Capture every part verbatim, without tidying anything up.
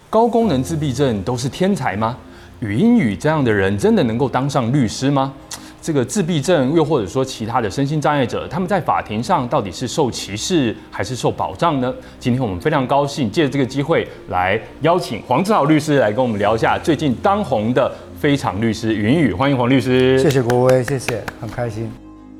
高功能自闭症都是天才吗？语音语这样的人真的能够当上律师吗？这个自闭症又或者说其他的身心障碍者，他们在法庭上到底是受歧视还是受保障呢？今天我们非常高兴借这个机会来邀请黄志豪律师来跟我们聊一下最近当红的非常律师语音语，欢迎黄律师。 谢谢国威，谢谢，很开心。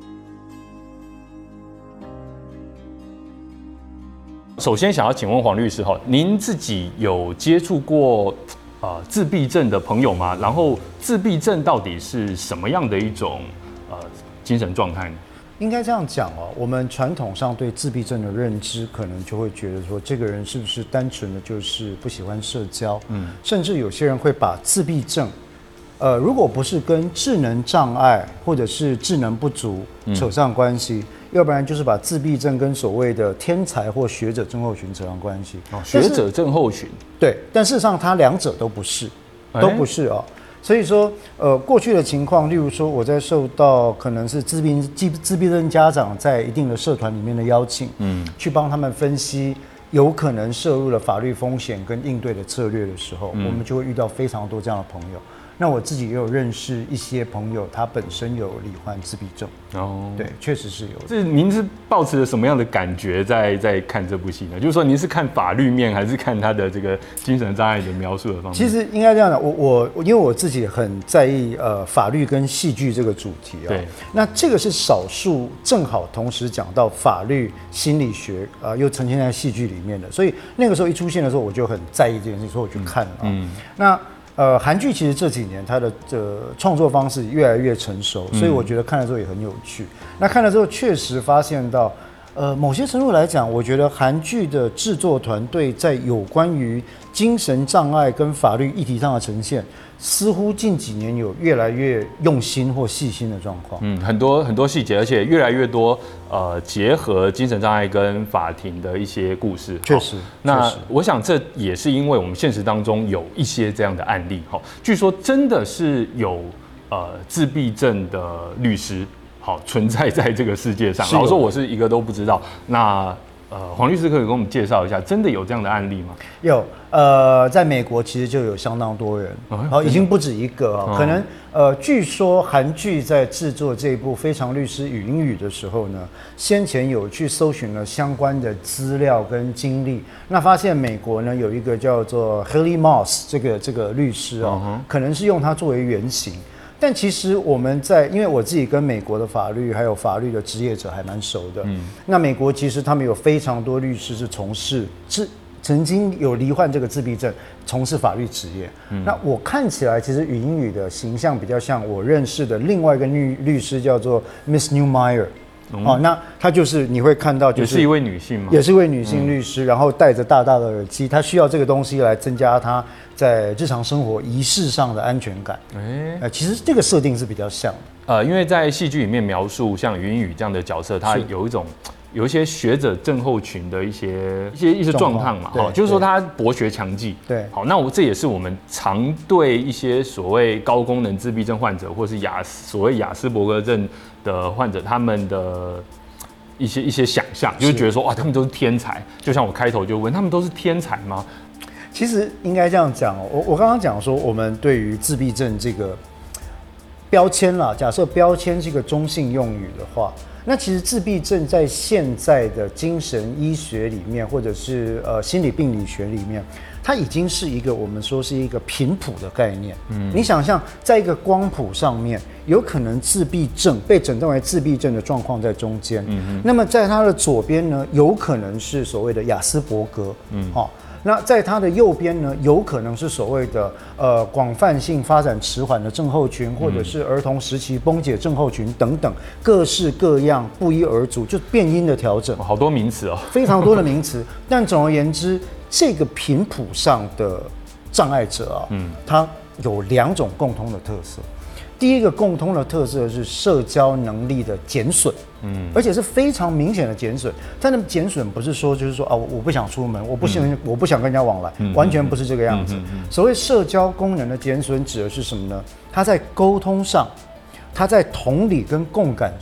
首先想要请问黄律师哈，您自己有接触过呃自闭症的朋友吗？然后自闭症到底是什么样的一种呃精神状态呢？ 应该这样讲哦，我们传统上对自闭症的认知，可能就会觉得说，这个人是不是单纯的就是不喜欢社交？嗯，甚至有些人会把自闭症，呃，如果不是跟智能障碍或者是智能不足扯上关系。嗯，要不然就是把自闭症跟所谓的天才或学者症候群扯上关系。 哦，学者症候群。 对，但事实上它两者都不是，都不是哦。所以说，呃，过去的情况，例如说我在受到可能是自闭自自闭症家长在一定的社团里面的邀请，嗯，去帮他们分析有可能涉入了法律风险跟应对的策略的时候，嗯，我们就会遇到非常多这样的朋友。那我自己也有认识一些朋友，他本身有罹患自闭症。哦，对，确实是有。 这您是抱持着什么样的感觉在在看这部戏呢？就是说您是看法律面，还是看他的这个精神障碍的描述的方面？ 其实应该这样讲，我我因为我自己很在意呃法律跟戏剧这个主题啊。对。那这个是少数正好同时讲到法律、心理学啊、呃，又呈现在戏剧里面的，所以那个时候一出现的时候，我就很在意这件事情，所以我去看了啊。嗯。那。呃，韩剧其实这几年它的呃创作方式越来越成熟，所以我觉得看了之后也很有趣。那看了之后确实发现到，呃，某些程度来讲，我觉得韩剧的制作团队在有关于精神障碍跟法律议题上的呈现，似乎近几年有越来越用心或细心的状况。 嗯，很多很多细节，而且越来越多呃结合精神障碍跟法庭的一些故事。 确实， 那我想这也是因为我们现实当中有一些这样的案例。哈，据说真的是有呃自闭症的律师好存在在这个世界上。老实说，我是一个都不知道。那呃，黄律师可以给我们介绍一下，真的有这样的案例吗？ 有，呃，在美国其实就有相当多人，好、哦，已经不止一个、哦、可能呃，据说韩剧在制作这一部《非常律师语音语》的时候呢，先前有去搜寻了相关的资料跟经历，那发现美国呢有一个叫做 Haley Moss 这个这个律师哦，嗯、可能是用它作为原型。但其实我们在，因为我自己跟美国的法律还有法律的职业者还蛮熟的。嗯，那美国其实他们有非常多律师是从事是曾经有罹患这个自闭症，从事法律职业。嗯，那我看起来其实语音语的形象比较像我认识的另外一个律律师，叫做 Miss Newmeyer。嗯、哦，那她就是你会看到，就是也是一位女性吗？ 也是一位女性律师，嗯、然后戴着大大的耳机，她需要这个东西来增加她在日常生活仪式上的安全感。哎、呃，其实这个设定是比较像的。 呃，因为在戏剧里面描述像语音语这样的角色，他有一种有一些学者症候群的一些一些一些状况嘛，哈，就是说他博学强记。对，好，那我这也是我们常对一些所谓高功能自闭症患者，或是雅所谓亚斯伯格症的患者，他们的一些一些想象，就是觉得说哇，他们都是天才。就像我开头就问，他们都是天才吗？ 其实应该这样讲哦，我我刚刚讲说，我们对于自闭症这个标签啦，假设标签是一个中性用语的话，那其实自闭症在现在的精神医学里面，或者是呃心理病理学里面，它已经是一个我们说是一个频谱的概念。嗯，你想象在一个光谱上面，有可能自闭症被诊断为自闭症的状况在中间，嗯，那么在它的左边呢，有可能是所谓的亚斯伯格，嗯，好、哦。那在它的右边呢，有可能是所谓的呃广泛性发展迟缓的症候群，或者是儿童时期崩解症候群等等，各式各样不一而足，就变音的调整， 好多名词哦， 非常多的名词。但总而言之，这个频谱上的障碍者啊，嗯，它有两种共通的特色。第一个共通的特色是社交能力的减损，嗯，而且是非常明显的减损。但那减损不是说就是说啊，我不想出门，我不想、嗯、我不想跟人家往来，嗯、完全不是这个样子。嗯嗯嗯嗯、所谓社交功能的减损指的是什么呢？它在沟通上，它在同理跟共感上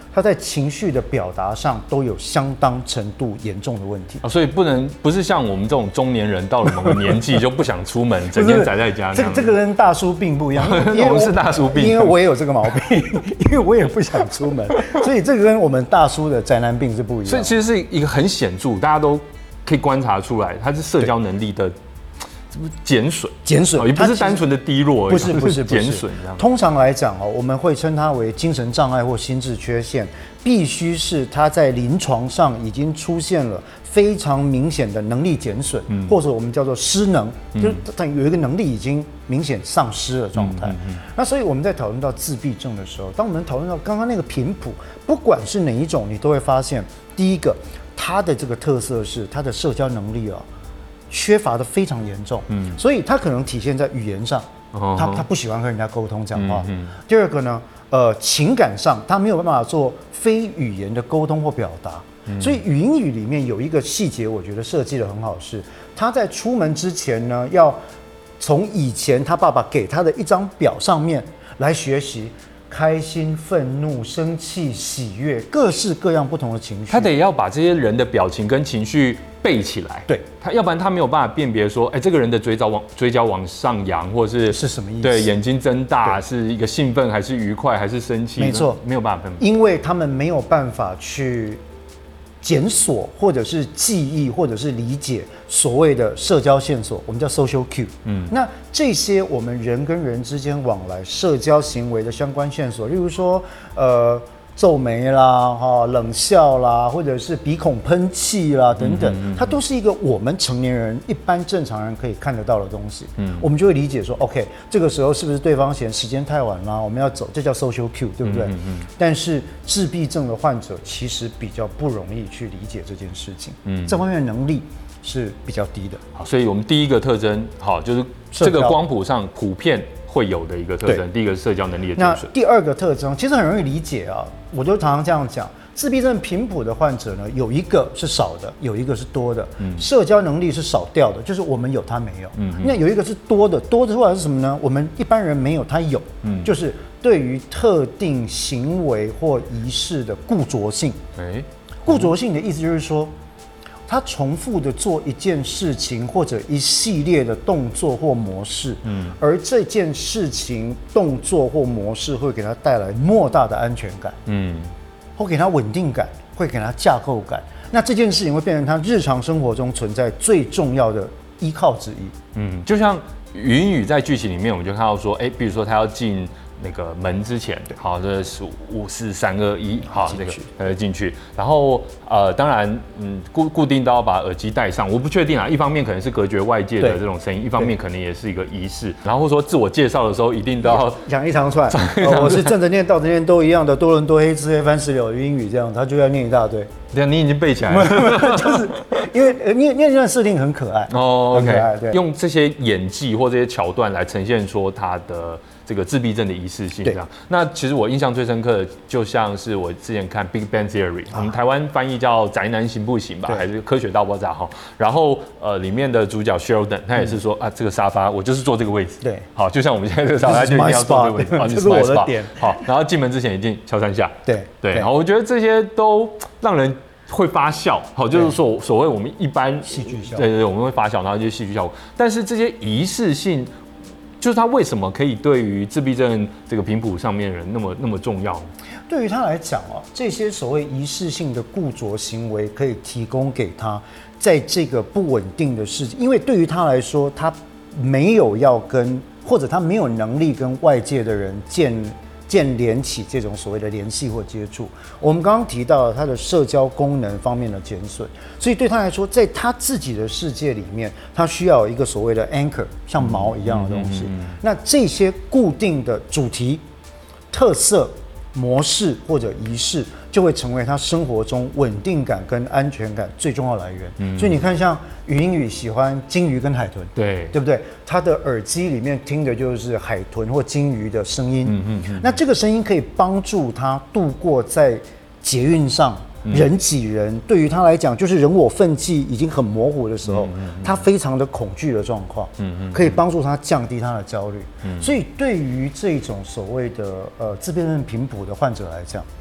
他在情绪的表达上都有相当程度严重的问题啊，所以不能不是像我们这种中年人到了某个年纪就不想出门，整天宅在家。 这个这个跟大叔病不一样， 因为我是大叔病， 因为我也有这个毛病，因为我也不想出门，所以这个跟我们大叔的宅男病是不一样。 所以其实是一个很显著，大家都可以观察出来，它是社交能力的。减损， 减损， 也不是单纯的低落， 不是不是减损。 通常来讲哦，我们会称它为精神障碍或心智缺陷，必须是它在临床上已经出现了非常明显的能力减损，嗯、或者我们叫做失能，嗯、就是它有一个能力已经明显丧失的状态。嗯嗯嗯、那所以我们在讨论到自闭症的时候，当我们讨论到刚刚那个频谱，不管是哪一种，你都会发现，第一个，它的这个特色是它的社交能力啊。缺乏的非常严重，嗯，所以他可能体现在语言上，哦、他他不喜欢跟人家沟通讲话。嗯嗯、第二个呢，呃，情感上他没有办法做非语言的沟通或表达，嗯、所以语音语里面有一个细节，我觉得设计得很好，是他在出门之前呢，要从以前他爸爸给他的一张表上面来学习。开心、愤怒、生气、喜悦，各式各样不同的情绪， 他得要把这些人的表情跟情绪背起来。 对， 他要不然他没有办法辨别说，哎、欸，这个人的嘴角往嘴角往上扬，或者是是什么意思？ 对，眼睛睁大，是一个兴奋还是愉快还是生气？ 没错， 没有办法分辨， 因为他们没有办法去检索，或者是记忆，或者是理解所谓的社交线索，我们叫 social cue。嗯，那这些我们人跟人之间往来、社交行为的相关线索，例如说，呃，皱眉啦、哈冷笑啦，或者是鼻孔喷气啦等等，嗯嗯嗯它都是一个我们成年人一般正常人可以看得到的东西。嗯，我们就会理解说 ，OK， 这个时候是不是对方嫌时间太晚啦，我们要走，这叫 social cue， 对不对？嗯嗯嗯但是自闭症的患者其实比较不容易去理解这件事情，嗯，这方面的能力是比较低的。 好，所以我们第一个特征，好，就是这个光谱上普遍会有的一个特征，第一个是社交能力的减损。 那第二个特征其实很容易理解啊，我就常常这样讲，自闭症频谱的患者呢，有一个是少的，有一个是多的。嗯，社交能力是少掉的，就是我们有他没有。嗯，那有一个是多的，多的出来是什么呢？我们一般人没有，他有。嗯，就是对于特定行为或仪式的固着性。哎，固着性的意思就是说。他重复的做一件事情或者一系列的动作或模式，嗯，而这件事情、动作或模式会给他带来莫大的安全感，嗯，会给他稳定感，会给他架构感。那这件事情会变成他日常生活中存在最重要的依靠之一。嗯， 就像云雨在剧情里面，我们就看到说，哎、欸，比如说他要进。那个门之前，好，这是五四三二一，好，这个呃进去，然后呃，当然，嗯，固固定都要把耳机戴上，我不确定啊，一方面可能是隔绝外界的这种声音，一方面可能也是一个仪式，然后说自我介绍的时候一定都要讲一长串，哦、我是正着念、倒着念都一样的，多伦多黑吃黑番石榴英语这样，他就要念一大堆。 对啊，你已经背起来了， 就是因为念念这段设定很可爱哦 ，OK， 对，用这些演技或这些桥段来呈现说他的。这个自闭症的仪式性这样，那其实我印象最深刻的，就像是我之前看《Big Bang Theory》，我们台湾翻译叫《宅男行不行》吧，还是《科学大爆炸》哈。然后呃，里面的主角 Sheldon 他也是说、嗯、啊，这个沙发我就是坐这个位置，对，好，就像我们现在这个沙发就一定要坐这个位置， 这是我的点。 好，然后进门之前一定敲三下， 对对，然后我觉得这些都让人。会发笑，好，就是说所谓我们一般戏剧效果， 对对对，我们会发笑，然后就是戏剧效果。但是这些仪式性，就是它为什么可以对于自闭症这个频谱上面的人那么那么重要呢？ 对于他来讲哦，这些所谓仪式性的固着行为，可以提供给他在这个不稳定的事情，因为对于他来说，他没有要跟或者他没有能力跟外界的人建。建连起这种所谓的联系或接触，我们刚刚提到了它的社交功能方面的减损，所以对他来说，在他自己的世界里面，他需要有一个所谓的 anchor， 像锚一样的东西。嗯嗯嗯嗯、那这些固定的主题、特色、模式或者仪式，就会成为他生活中稳定感跟安全感最重要的来源。嗯、所以你看，像语音语喜欢金鱼跟海豚，对对不对？他的耳机里面听的就是海豚或金鱼的声音。嗯嗯嗯、那这个声音可以帮助他度过在捷运上人挤人，嗯、对于他来讲就是人我分际已经很模糊的时候，嗯嗯嗯、他非常的恐惧的状况，嗯嗯嗯、可以帮助他降低他的焦虑。嗯、所以对于这种所谓的呃自闭症频谱的患者来讲，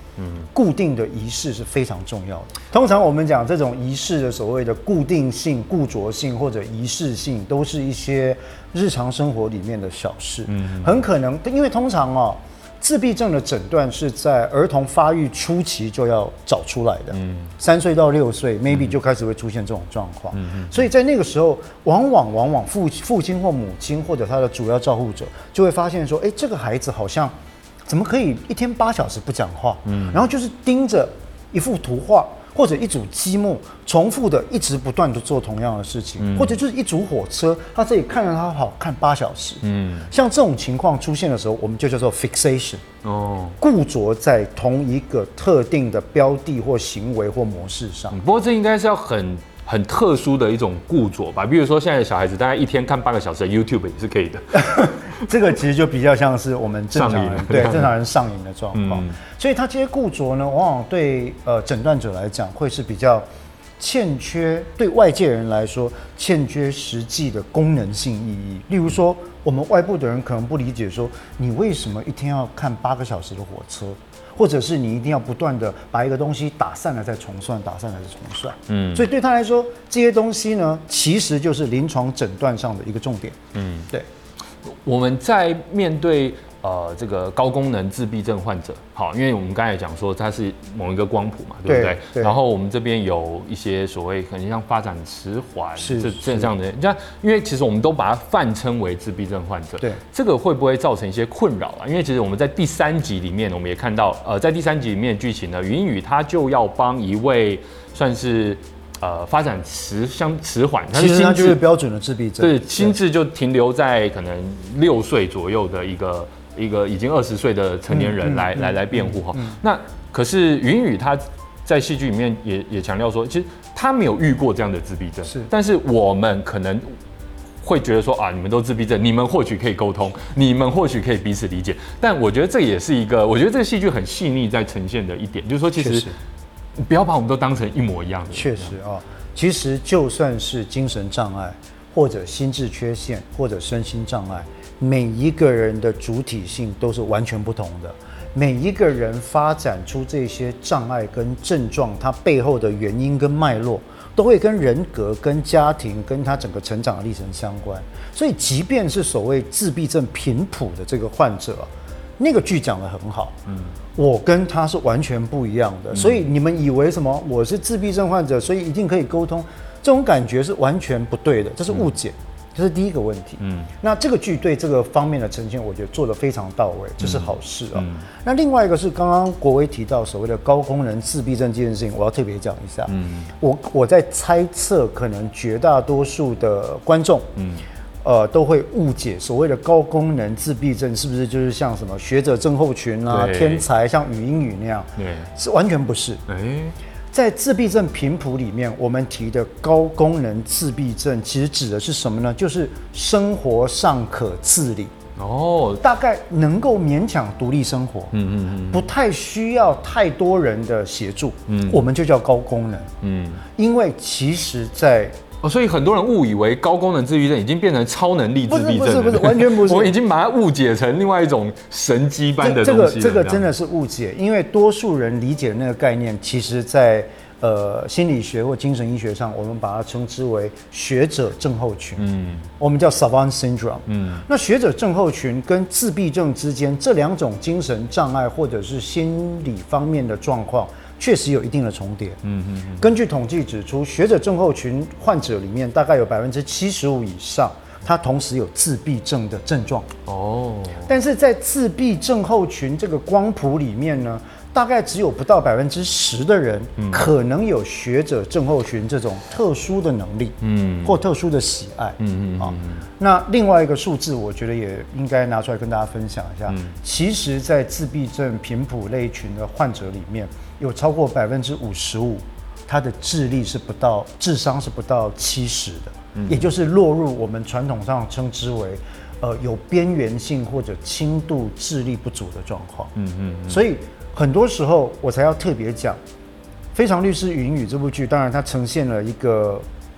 嗯，固定的仪式是非常重要的。通常我们讲这种仪式的所谓的固定性、固着性或者仪式性，都是一些日常生活里面的小事。嗯，很可能因为通常哦，自闭症的诊断是在儿童发育初期就要找出来的。嗯，三岁到六岁 ，maybe 就开始会出现这种状况。嗯，所以在那个时候，往往往往父父亲或母亲或者他的主要照护者就会发现说，哎，这个孩子好像。怎么可以一天八小时不讲话？嗯，然后就是盯着一幅图画或者一组积木，重复的一直不断的做同样的事情，嗯、或者就是一组火车，他这里看着他好看八小时。嗯，像这种情况出现的时候，我们就叫做 fixation。哦，固着在同一个特定的标的或行为或模式上。 嗯、不过这应该是要很。很特殊的一种固着吧，比如说现在的小孩子，大概一天看八个小时的 YouTube 也是可以的。 这个其实就比较像是我们正常人对正常人上瘾的状况，嗯、所以他这些固着呢，往往对呃诊断者来讲会是比较欠缺，对外界人来说欠缺实际的功能性意义。例如说，我们外部的人可能不理解说，你为什么一天要看八个小时的火车？或者是你一定要不断的把一个东西打散了再重算，打散了再重算。嗯，所以对他来说，这些东西呢，其实就是临床诊断上的一个重点。嗯，对。 我们在面对呃这个高功能自闭症患者，好，因为我们刚才讲说它是某一个光谱嘛，对不对？对。然后我们这边有一些所谓可能像发展迟缓，是这这样的，像因为其实我们都把它泛称为自闭症患者， 对， 这个会不会造成一些困扰啊？因为其实我们在第三集里面，我们也看到，呃，在第三集里面的剧情呢，云宇他就要帮一位算是。呃，发展迟相迟缓， 其实它就是标准的自闭症， 对，心智就停留在可能六岁左右的一个一个已经二十岁的成年人来、嗯嗯、来来辩护哈。嗯、那可是云宇他在戏剧里面也也强调说，其实他没有遇过这样的自闭症，是，但是我们可能会觉得说啊，你们都自闭症，你们或许可以沟通，你们或许可以彼此理解，但我觉得这也是一个，我觉得这个戏剧很细腻在呈现的一点，就是说其实。不要把我们都当成一模一样的。 确实啊、哦，其实就算是精神障碍，或者心智缺陷，或者身心障碍，每一个人的主体性都是完全不同的。每一个人发展出这些障碍跟症状，它背后的原因跟脉络，都会跟人格、跟家庭、跟他整个成长的历程相关。所以，即便是所谓自闭症频谱的这个患者，那个剧讲得很好，嗯。我跟他是完全不一样的，所以你们以为什么我是自闭症患者，所以一定可以沟通，这种感觉是完全不对的，这是误解，这是第一个问题。嗯，那这个剧对这个方面的呈现，我觉得做得非常到位，这是好事啊、喔。嗯、那另外一个是刚刚国维提到所谓的高功能自闭症这件事情，我要特别讲一下。嗯，我我在猜测，可能绝大多数的观众，嗯。呃，都会误解所谓的高功能自闭症是不是就是像什么学者症候群啊、天才，像语音语那样？对，是完全不是。欸、在自闭症频谱里面，我们提的高功能自闭症，其实指的是什么呢？就是生活尚可自理。哦，大概能够勉强独立生活，嗯嗯嗯，不太需要太多人的协助，嗯，我们就叫高功能，嗯，因为其实在。 哦，所以很多人误以为高功能自闭症已经变成超能力自闭症了， 不是不是不是，完全不是， 我们已经把它误解成另外一种神机般的东西了。 这个这个真的是误解，因为多数人理解的那个概念，其实在呃心理学或精神医学上，我们把它称之为学者症候群，嗯，我们叫 savant syndrome， 嗯，那学者症候群跟自闭症之间这两种精神障碍或者是心理方面的状况。确实有一定的重叠。嗯嗯嗯。根据统计指出，学者症候群患者里面，大概有百分之七十五以上，他同时有自闭症的症状。哦。但是在自闭症候群这个光谱里面呢，大概只有不到百分之十的人，嗯、可能有学者症候群这种特殊的能力，嗯，或特殊的喜爱。嗯嗯啊。那另外一个数字，我觉得也应该拿出来跟大家分享一下。嗯、其实，在自闭症频谱类群的患者里面，有超过百分之五十五，他的智力是不到，智商是不到七十的，嗯、也就是落入我们传统上称之为，呃，有边缘性或者轻度智力不足的状况。嗯嗯。嗯所以很多时候我才要特别讲，《非常律师禹英禑》这部剧，当然它呈现了一个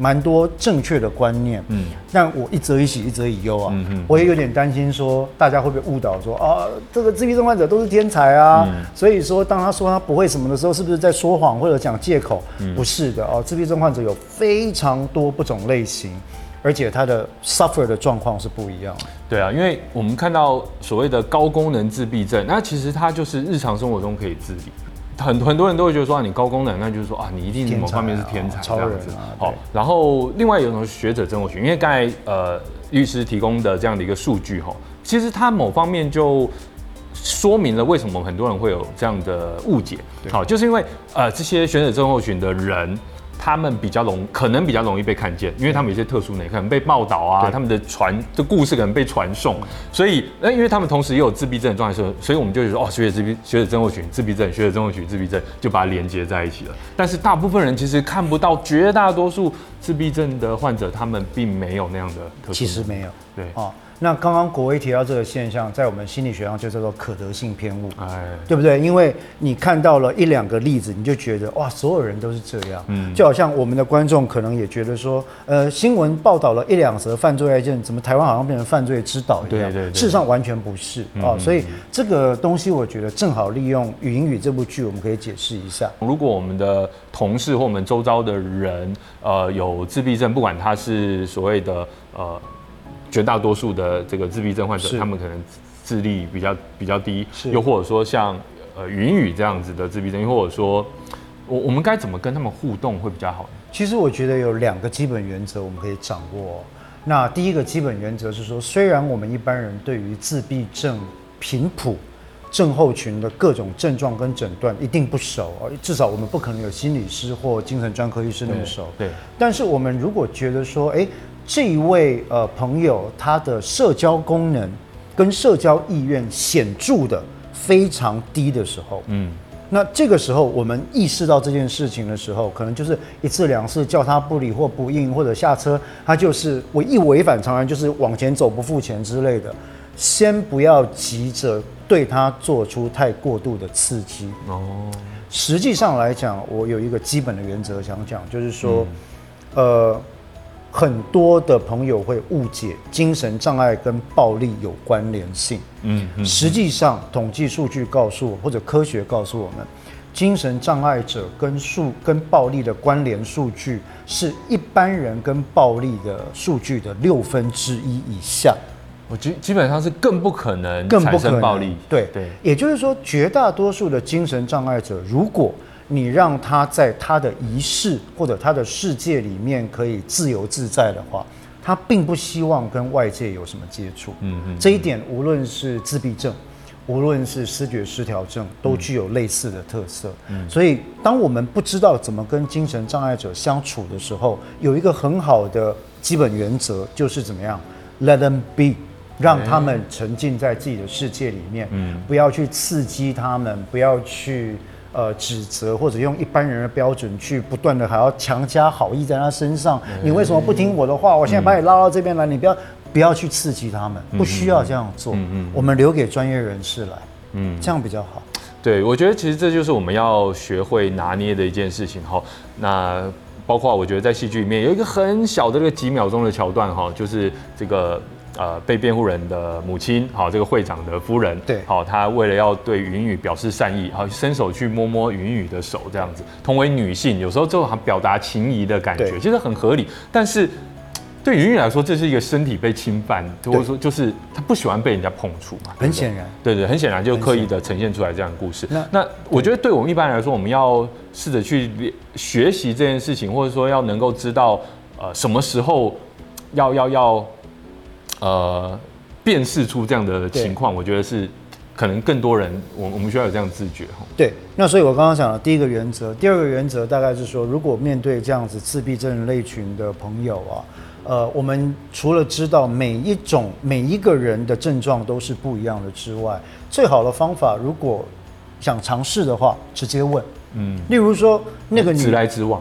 蛮多正确的观念，嗯，但我一则以喜，一则以忧啊，嗯嗯，我也有点担心说大家会不会误导说啊，这个自闭症患者都是天才啊，嗯、所以说当他说他不会什么的时候，是不是在说谎或者讲借口？嗯、不是的哦，自闭症患者有非常多不同类型。而且他的 suffer 的状况是不一样的。 对啊，因为我们看到所谓的高功能自闭症，那其实它就是日常生活中可以自理。很很多人都会觉得说、啊、你高功能，那就是说啊，你一定某方面是天才这样子。好、啊，然后另外有种学者症候群，因为刚才呃律师提供的这样的一个数据哈，其实它某方面就说明了为什么很多人会有这样的误解。好，就是因为呃这些学者症候群的人。他们比较容，可能比较容易被看见，因为他们有些特殊能力，可能被报道啊，他们的传的故事可能被传送，所以，那因为他们同时也有自闭症的状态时候，所以我们就觉得哦，学者自闭、学者症候群、自闭症、学者症候群、自闭症，就把它连接在一起了。但是大部分人其实看不到，绝大多数自闭症的患者，他们并没有那样的特殊。 其实没有， 对哦。那刚刚国威提到这个现象，在我们心理学上就叫做可得性偏误，哎，对不对？因为你看到了一两个例子，你就觉得哇，所有人都是这样，嗯，就好像我们的观众可能也觉得说，呃，新闻报道了一两则犯罪案件，怎么台湾好像变成犯罪之岛一样？对对对，事实上完全不是啊、哦，所以这个东西我觉得正好利用《语音语》这部剧，我们可以解释一下。 如果我们的同事或我们周遭的人，呃，有自闭症，不管他是所谓的呃。绝大多数的这个自闭症患者，他们可能智力比较比较低，又或者说像呃云语这样子的自闭症，又或者说我我们该怎么跟他们互动会比较好呢？ 其实我觉得有两个基本原则我们可以掌握、哦。那第一个基本原则是说，虽然我们一般人对于自闭症频谱症候群的各种症状跟诊断一定不熟，至少我们不可能有心理师或精神专科医师那么熟。对。对但是我们如果觉得说，哎。这一位呃朋友，他的社交功能跟社交意愿显著的非常低的时候，嗯，那这个时候我们意识到这件事情的时候，可能就是一次两次叫他不理或不应，或者下车他就是我一违反常人，就是往前走不付钱之类的，先不要急着对他做出太过度的刺激。哦，实际上来讲，我有一个基本的原则想讲，就是说，嗯、呃。很多的朋友会误解精神障碍跟暴力有关联性。嗯，嗯实际上统计数据告诉我，或者科学告诉我们，精神障碍者跟数跟暴力的关联数据是一般人跟暴力的数据的六分之一以下。 我基基本上是更不可能产生暴力。 对对，也就是说，绝大多数的精神障碍者，如果你让他在他的仪式或者他的世界里面可以自由自在的话，他并不希望跟外界有什么接触。嗯嗯，这一点无论是自闭症，无论是思觉失调症，都具有类似的特色。嗯，所以当我们不知道怎么跟精神障碍者相处的时候，有一个很好的基本原则，就是怎么样 ，let them be。让他们沉浸在自己的世界里面，嗯，不要去刺激他们，不要去呃指责或者用一般人的标准去不断的还要强加好意在他身上。嗯、你为什么不听我的话？我现在把你拉到这边来，你不要不要去刺激他们，不需要这样做。嗯嗯，我们留给专业人士来，嗯，这样比较好。 对，我觉得其实这就是我们要学会拿捏的一件事情哈。那包括我觉得在戏剧里面有一个很小的这个几秒钟的桥段哈，就是这个。呃，被辩护人的母亲，好，这个会长的夫人， 对， 好，她为了要对云雨表示善意，好，伸手去摸摸云雨的手，这样子。同为女性，有时候就好表达情谊的感觉，其实很合理。但是对云雨来说，这是一个身体被侵犯，或者说就是她不喜欢被人家碰触嘛。 很显然， 对对，很显然就刻意的呈现出来这样的故事。那那我觉得对我们一般来说，我们要试着去学习这件事情，或者说要能够知道，呃，什么时候要要要。呃，辨识出这样的情况，我觉得是可能更多人，我我们需要有这样的自觉。 对，那所以我刚刚讲的第一个原则，第二个原则大概是说，如果面对这样子自闭症类群的朋友啊，呃，我们除了知道每一种每一个人的症状都是不一样的之外，最好的方法，如果想尝试的话，直接问。嗯，例如说那个女直来直往。 对。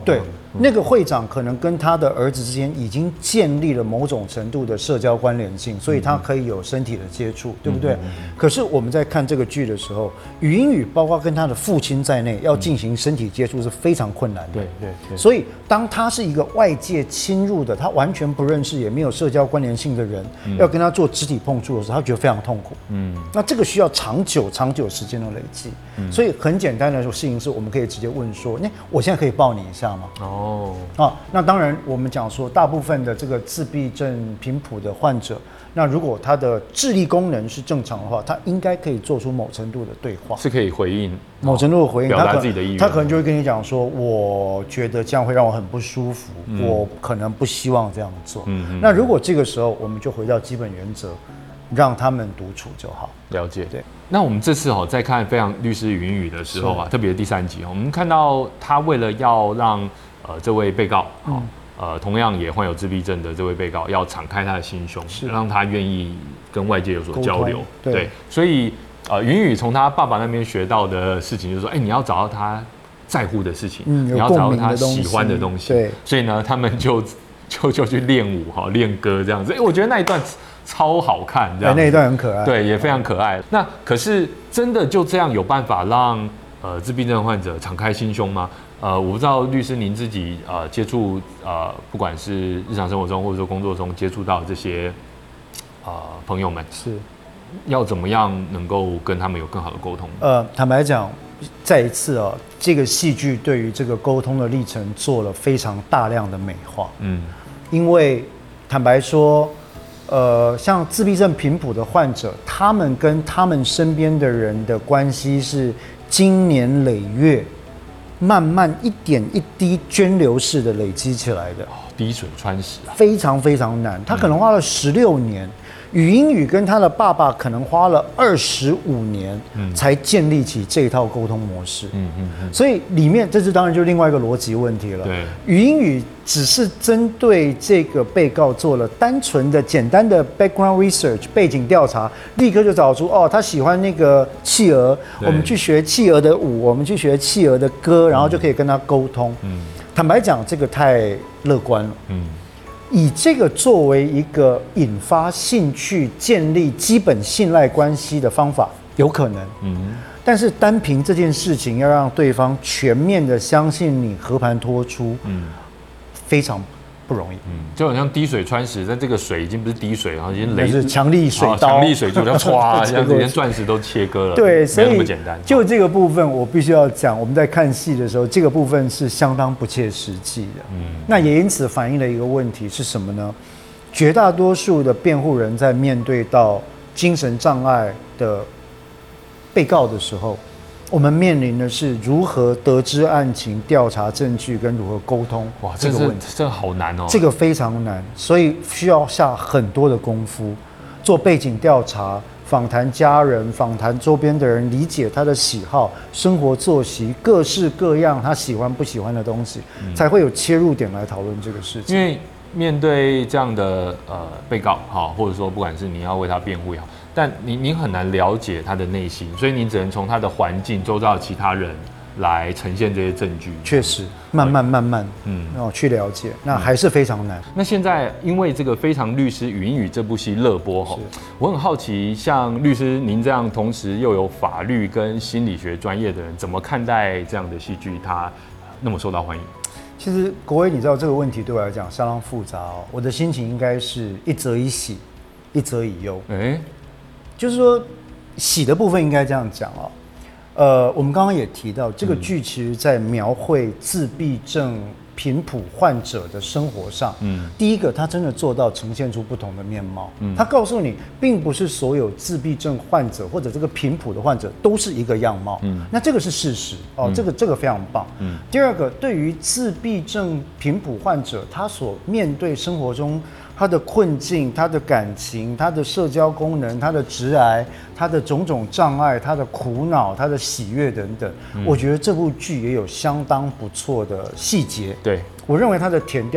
那个会长可能跟他的儿子之间已经建立了某种程度的社交关联性，所以他可以有身体的接触，对不对？可是我们在看这个剧的时候，禹英禑包括跟他的父亲在内要进行身体接触是非常困难的。 对对对。 所以当他是一个外界侵入的，他完全不认识也没有社交关联性的人，要跟他做肢体碰触的时候，他觉得非常痛苦。嗯。那这个需要长久、长久时间的累积。嗯。所以很简单的事情是，我们可以直接问说：那我现在可以抱你一下吗？哦。啊，那当然，我们讲说，大部分的这个自闭症频谱的患者，那如果他的智力功能是正常的话，他应该可以做出某程度的对话， 是可以回应某程度的回应， 表达自己的意愿。 他可能就会跟你讲说：我觉得这样会让我很不舒服，嗯、我可能不希望这样做。嗯嗯。那如果这个时候，我们就回到基本原则，让他们独处就好。 了解。对。那我们这次哦，在看《非常律师禹英禑》的时候啊，特别第三集，我们看到他为了要让呃这位被告，嗯、呃同样也患有自闭症的这位被告，要敞开他的心胸，让他愿意跟外界有所交流。对。对，所以呃，禹英禑从他爸爸那边学到的事情就是说，哎、欸，你要找到他在乎的事情，嗯、你要找到他喜欢的东西。对。所以呢，他们就就就去练舞哈，练歌这样子。哎、欸，我觉得那一段超好看，这样那一段很可爱， 对，也非常可爱。那可是真的就这样有办法让呃自闭症患者敞开心胸吗？呃，我不知道律师您自己呃接触呃不管是日常生活中或者说工作中接触到这些呃朋友们， 是要怎么样能够跟他们有更好的沟通？ 呃，坦白讲，再一次哦，这个戏剧对于这个沟通的历程做了非常大量的美化。嗯，因为坦白说。呃，像自闭症频谱的患者，他们跟他们身边的人的关系是经年累月，慢慢一点一滴涓流式的累积起来的。 哦，滴水穿石啊， 非常非常难。他可能花了十六年，禹英禑跟他的爸爸可能花了二十五年，嗯，才建立起这一套沟通模式。嗯嗯嗯。所以里面，这是当然就另外一个逻辑问题了。对，禹英禑只是针对这个被告做了单纯的、简单的 background research 背景调查，立刻就找出哦，他喜欢那个企鹅，我们去学企鹅的舞，我们去学企鹅的歌，然后就可以跟他沟通。嗯，坦白讲，这个太乐观了。嗯。以这个作为一个引发兴趣、建立基本信赖关系的方法，有可能。嗯，但是单凭这件事情要让对方全面的相信你，和盘托出，嗯，非常不容易。嗯， 就好像滴水穿石，但这个水已经不是滴水，然后已经雷是强力水刀， 强力水柱，像唰，像连钻石都切割了。 对，所以没那么简单。 就这个部分，我必须要讲，我们在看戏的时候，这个部分是相当不切实际的。嗯，那也因此反映了一个问题是什么呢？绝大多数的辩护人在面对到精神障碍的被告的时候，我们面临的是如何得知案情、调查证据跟如何沟通。哇，这个问题这个好难哦， 这个非常难，所以需要下很多的功夫，做背景调查，访谈家人，访谈周边的人，理解他的喜好、生活作息，各式各样他喜欢不喜欢的东西，嗯、才会有切入点来讨论这个事情。 因为面对这样的呃被告，好，或者说不管是你要为他辩护也好，但你你很难了解他的内心，所以你只能从他的环境、周遭的其他人来呈现这些证据。 确实，慢慢慢慢，嗯，哦，去了解，那还是非常难。嗯、 那现在因为这个《非常律师禹英禑》这部戏热播哈，我很好奇，像律师您这样同时又有法律跟心理学专业的人，怎么看待这样的戏剧？它那么受到欢迎？ 其实国威，你知道这个问题对我来讲相当复杂哦。我的心情应该是一则以喜，一则以忧。哎、欸，就是说喜的部分应该这样讲哦。呃，我们刚刚也提到，这个剧其实在描绘自闭症频谱患者的生活上，嗯，第一个，他真的做到呈现出不同的面貌。嗯，他告诉你，并不是所有自闭症患者或者这个频谱的患者都是一个样貌。嗯，那这个是事实哦，嗯、这个这个非常棒。嗯，第二个，对于自闭症频谱患者，他所面对生活中他的困境、他的感情、他的社交功能、他的直癌、他的种种障碍、他的苦恼、他的喜悦等等，嗯、我觉得这部剧也有相当不错的细节。 对， 我认为它的填调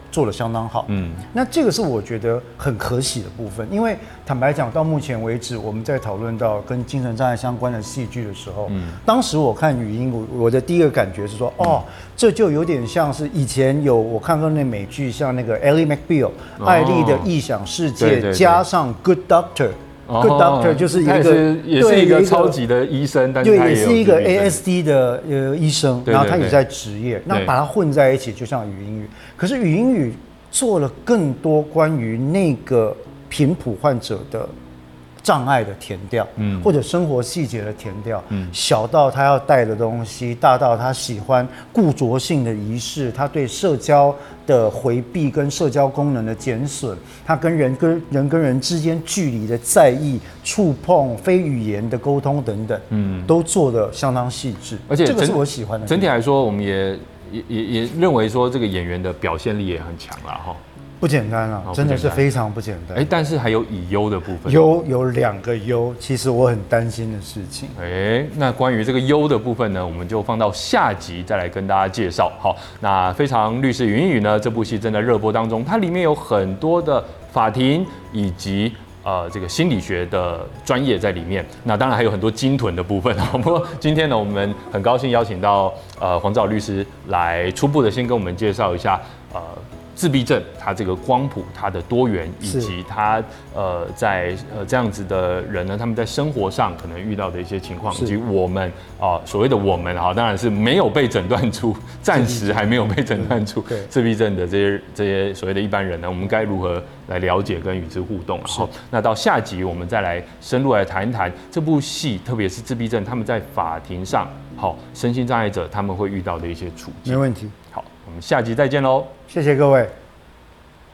做得相当好。嗯，那这个是我觉得很可喜的部分，因为坦白讲，到目前为止，我们在讨论到跟精神障碍相关的戏剧的时候，嗯，当时我看语音，我我的第一个感觉是说，哦，这就有点像是以前有我看过那美剧，像那个 Ally McBeal 艾莉的异想世界，对对对，加上 Good Doctor。Good Doctor 就是一个， 也是一个超级的医生，但是他也是一个 A S D 的呃医生，然后他也在职业，那把它混在一起，就像语音语。可是语音语做了更多关于那个频谱患者的障碍的填调，嗯，或者生活细节的填调，嗯，小到他要带的东西，大到他喜欢固着性的仪式，他对社交的回避跟社交功能的减损，他跟人跟人跟人之间距离的在意、触碰、非语言的沟通等等，嗯，都做得相当细致， 而且这个是我喜欢的。 整体来说，我们也也也也认为说这个演员的表现力也很强啦，哈。 不简单啊，真的是非常不简单。 哎，但是还有以优的部分， 优有两个优，其实我很担心的事情。 哎，那关于这个优的部分呢，我们就放到下集再来跟大家介绍。好，那非常律师语音语呢，这部戏正在热播当中，它里面有很多的法庭以及呃这个心理学的专业在里面。那当然还有很多精臀的部分啊。不过今天呢，我们很高兴邀请到呃黄子豪律师来初步的先跟我们介绍一下呃。自闭症，它这个光谱，它的多元，以及它呃在呃这样子的人呢，他们在生活上可能遇到的一些情况，以及我们啊、呃、所谓的我们哈，当然是没有被诊断出，暂时还没有被诊断出自闭症的这些这些所谓的一般人呢，我们该如何来了解跟与之互动？好，那到下集我们再来深入来谈一谈这部戏，特别是自闭症他们在法庭上，好，身心障碍者他们会遇到的一些处境。 没问题。 好，我们下集再见喽。 谢谢各位。